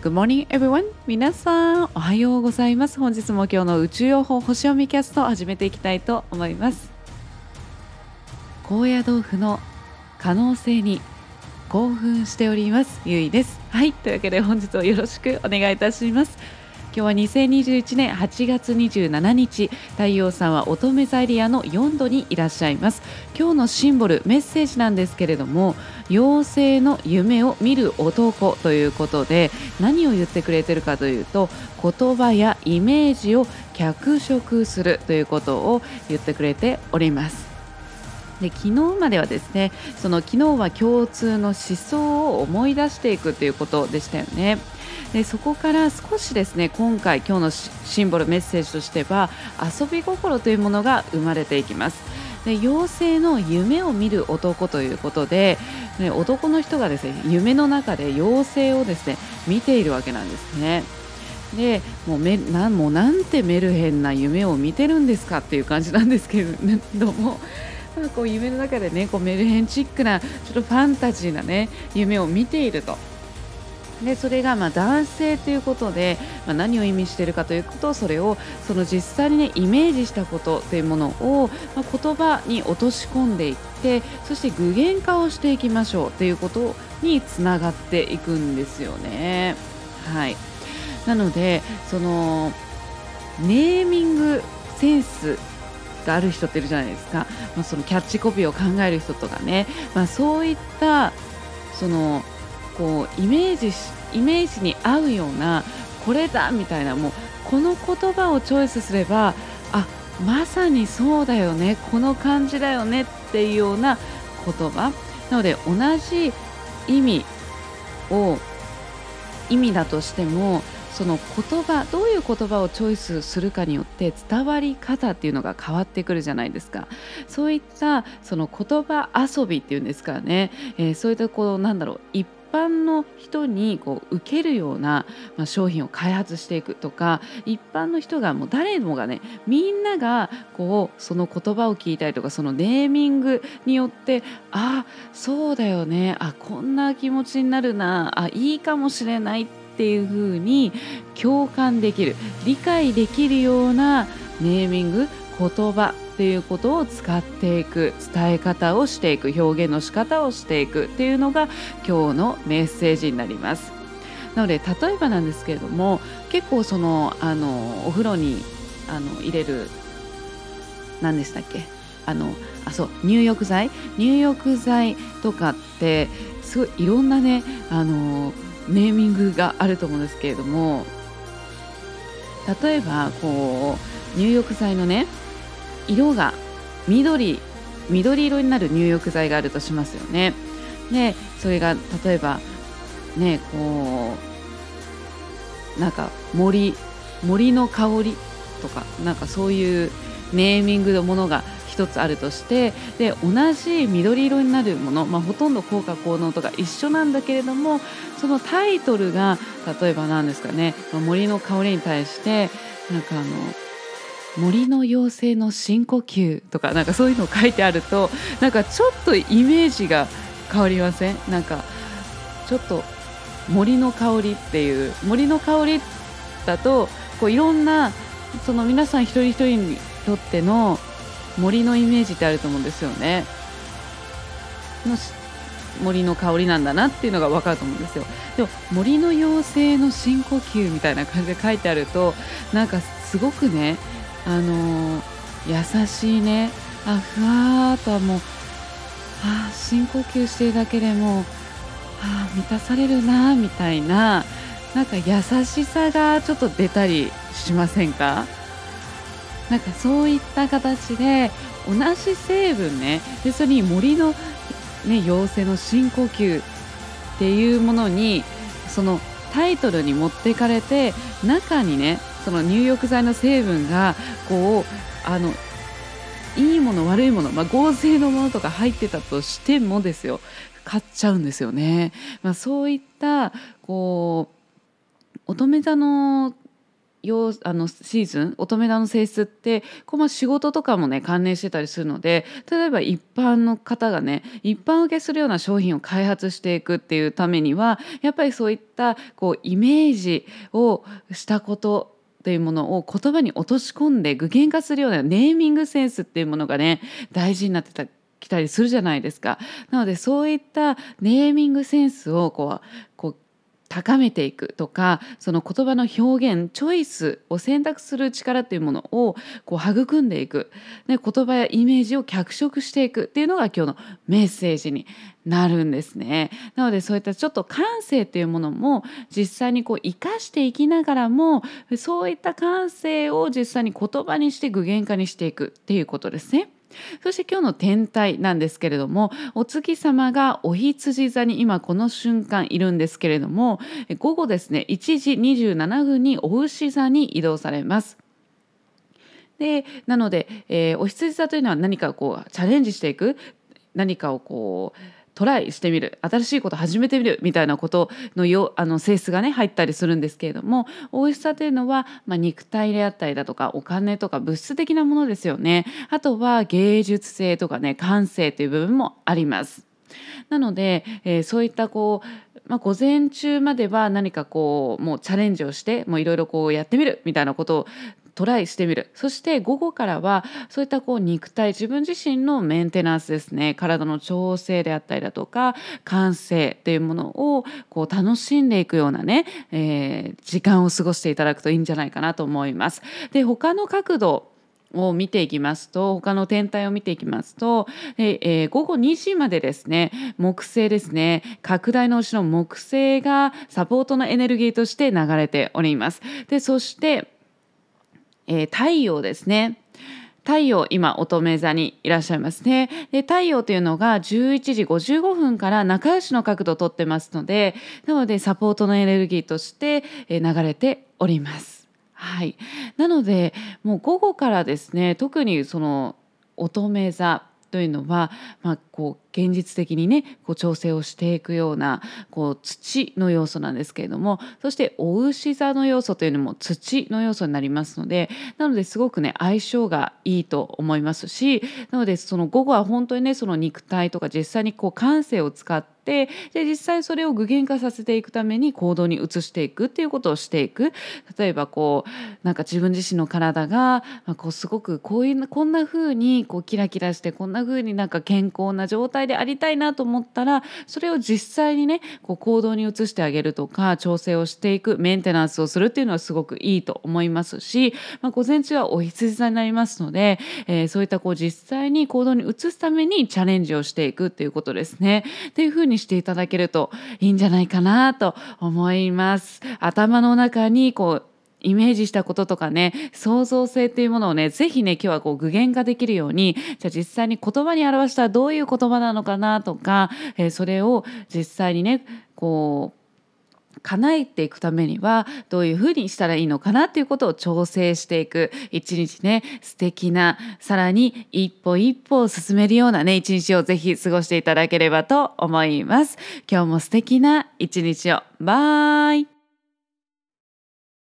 Good morning everyone. 皆さんおはようございます。本日も今日の宇宙予報星読みキャストを始めていきたいと思います。高野豆腐の可能性に興奮しております。ゆいです。はい、というわけで本日をよろしくお願いいたします。今日は2021年8月27日、太陽さんは乙女座エリアの4度にいらっしゃいます。今日のシンボルメッセージなんですけれども、妖精の夢を見る男ということで、何を言ってくれてるかというと、言葉やイメージを脚色するということを言ってくれております。で、昨日まではですね、昨日は共通の思想を思い出していくということでしたよね。で、そこから少しですね、今日のシンボルメッセージとしては遊び心というものが生まれていきます。で、妖精の夢を見る男ということで、ね、男の人がですね、夢の中で妖精をですね見ているわけなんですね。で、もうなんてメルヘンな夢を見てるんですかっていう感じなんですけれども、こう夢の中でね、こうメルヘンチックなちょっとファンタジーなね夢を見ていると。で、それが男性ということで、何を意味しているかというと、それを実際にねイメージしたことというものを、言葉に落とし込んでいって、そして具現化をしていきましょうということにつながっていくんですよね。はい。なのでネーミングセンスがある人っているじゃないですか。そのキャッチコピーを考える人とかね、そういったこうイメージに合うような、これだみたいな、もうこの言葉をチョイスすれば、まさにそうだよね、この感じだよねっていうような言葉なので、同じ意味だとしても、そのどういう言葉をチョイスするかによって伝わり方っていうのが変わってくるじゃないですか。そういった言葉遊びっていうんですかね、そういった一般の人に受けるような、商品を開発していくとか、一般の人がもう誰もがね、みんながその言葉を聞いたりとか、そのネーミングによって、そうだよね、こんな気持ちになるな、いいかもしれないっていう風に共感できる、理解できるようなネーミング、言葉っていうことを使っていく、伝え方をしていく、表現の仕方をしていくっていうのが今日のメッセージになります。なので、例えばなんですけれども、結構お風呂に入れる、何でしたっけ、そう入浴剤とかってすごいいろんなねネーミングがあると思うんですけれども、例えば入浴剤のね色が緑色になる入浴剤があるとしますよね。で、それが例えばね、森の香りとか、そういうネーミングのものが一つあるとして、で同じ緑色になるもの、ほとんど効果効能とか一緒なんだけれども、そのタイトルが例えば何ですかね、森の香りに対して森の妖精の深呼吸とか、そういうのを書いてあると、ちょっとイメージが変わりません？ちょっと森の香りだといろんな皆さん一人一人にとっての森のイメージってあると思うんですよね。森の香りなんだなっていうのが分かると思うんですよ。でも森の妖精の深呼吸みたいな感じで書いてあると、すごくね、優しいね、ふわーっと、もう深呼吸しているだけでも満たされるなみたいな、優しさがちょっと出たりしませんか？そういった形で同じ成分ね、でそれに森の、妖精の深呼吸っていうものに、そのタイトルに持っていかれて、中にねその入浴剤の成分がいいもの悪いもの、合成のものとか入ってたとしてもですよ、買っちゃうんですよね。そういった乙女座のシーズン、乙女座の性質って仕事とかもね関連してたりするので、例えば一般の方がね一般受けするような商品を開発していくっていうためには、やっぱりそういったイメージをしたことというものを言葉に落とし込んで具現化するようなネーミングセンスっていうものがね大事になってきたりするじゃないですか。なのでそういったネーミングセンスを高めていくとか、その言葉の表現チョイスを選択する力っていうものを育んでいく、ね、言葉やイメージを脚色していくっていうのが今日のメッセージになるんですね。なのでそういったちょっと感性っていうものも実際に生かしていきながらも、そういった感性を実際に言葉にして具現化にしていくっていうことですね。そして今日の天体なんですけれども、お月様がお羊座に今この瞬間いるんですけれども、午後ですね1時27分にお牛座に移動されます。でなので、お羊座というのは何かチャレンジしていく、何かをトライしてみる、新しいことを始めてみるみたいなことの性質がね入ったりするんですけれども、おいしさというのは、肉体であったりだとかお金とか物質的なものですよね。あとは芸術性とかね感性という部分もあります。なので、そういった午前中までは何かもうチャレンジをしていろいろやってみるみたいなことをトライしてみる。そして午後からはそういった肉体、自分自身のメンテナンスですね、体の調整であったりだとか感性っていうものを楽しんでいくようなね、時間を過ごしていただくといいんじゃないかなと思います。で他の角度を見ていきますと、他の天体を見ていきますと、午後2時までですね木星ですね、拡大の星の木星がサポートのエネルギーとして流れております。でそして太陽ですね。太陽今乙女座にいらっしゃいますね。で太陽というのが11時55分から仲良しの角度をとってますので、なのでサポートのエネルギーとして流れております。はい、なのでもう午後からですね、特にその乙女座というのは、現実的にね調整をしていくような土の要素なんですけれども、そしてお牛座の要素というのも土の要素になりますので、なのですごくね相性がいいと思いますし、なのでその午後は本当にねその肉体とか実際に感性を使ってで実際それを具現化させていくために行動に移していくっていうことをしていく。例えばなんか自分自身の体がすごくこんな風にキラキラして、こんな風になんか健康な状態でありたいなと思ったら、それを実際にね行動に移してあげるとか調整をしていく、メンテナンスをするっていうのはすごくいいと思いますし、午前中はお羊座になりますので、そういった実際に行動に移すためにチャレンジをしていくっていうことですね。っていう風にしていただけるといいんじゃないかなと思います。頭の中にイメージしたこととかね、創造性っていうものをねぜひね今日は具現化できるように、じゃあ実際に言葉に表したらどういう言葉なのかなとか、それを実際にね叶えていくためにはどういうふうにしたらいいのかなっていうことを調整していく一日ね、素敵な、さらに一歩一歩進めるようなね一日をぜひ過ごしていただければと思います。今日も素敵な一日を。バイ。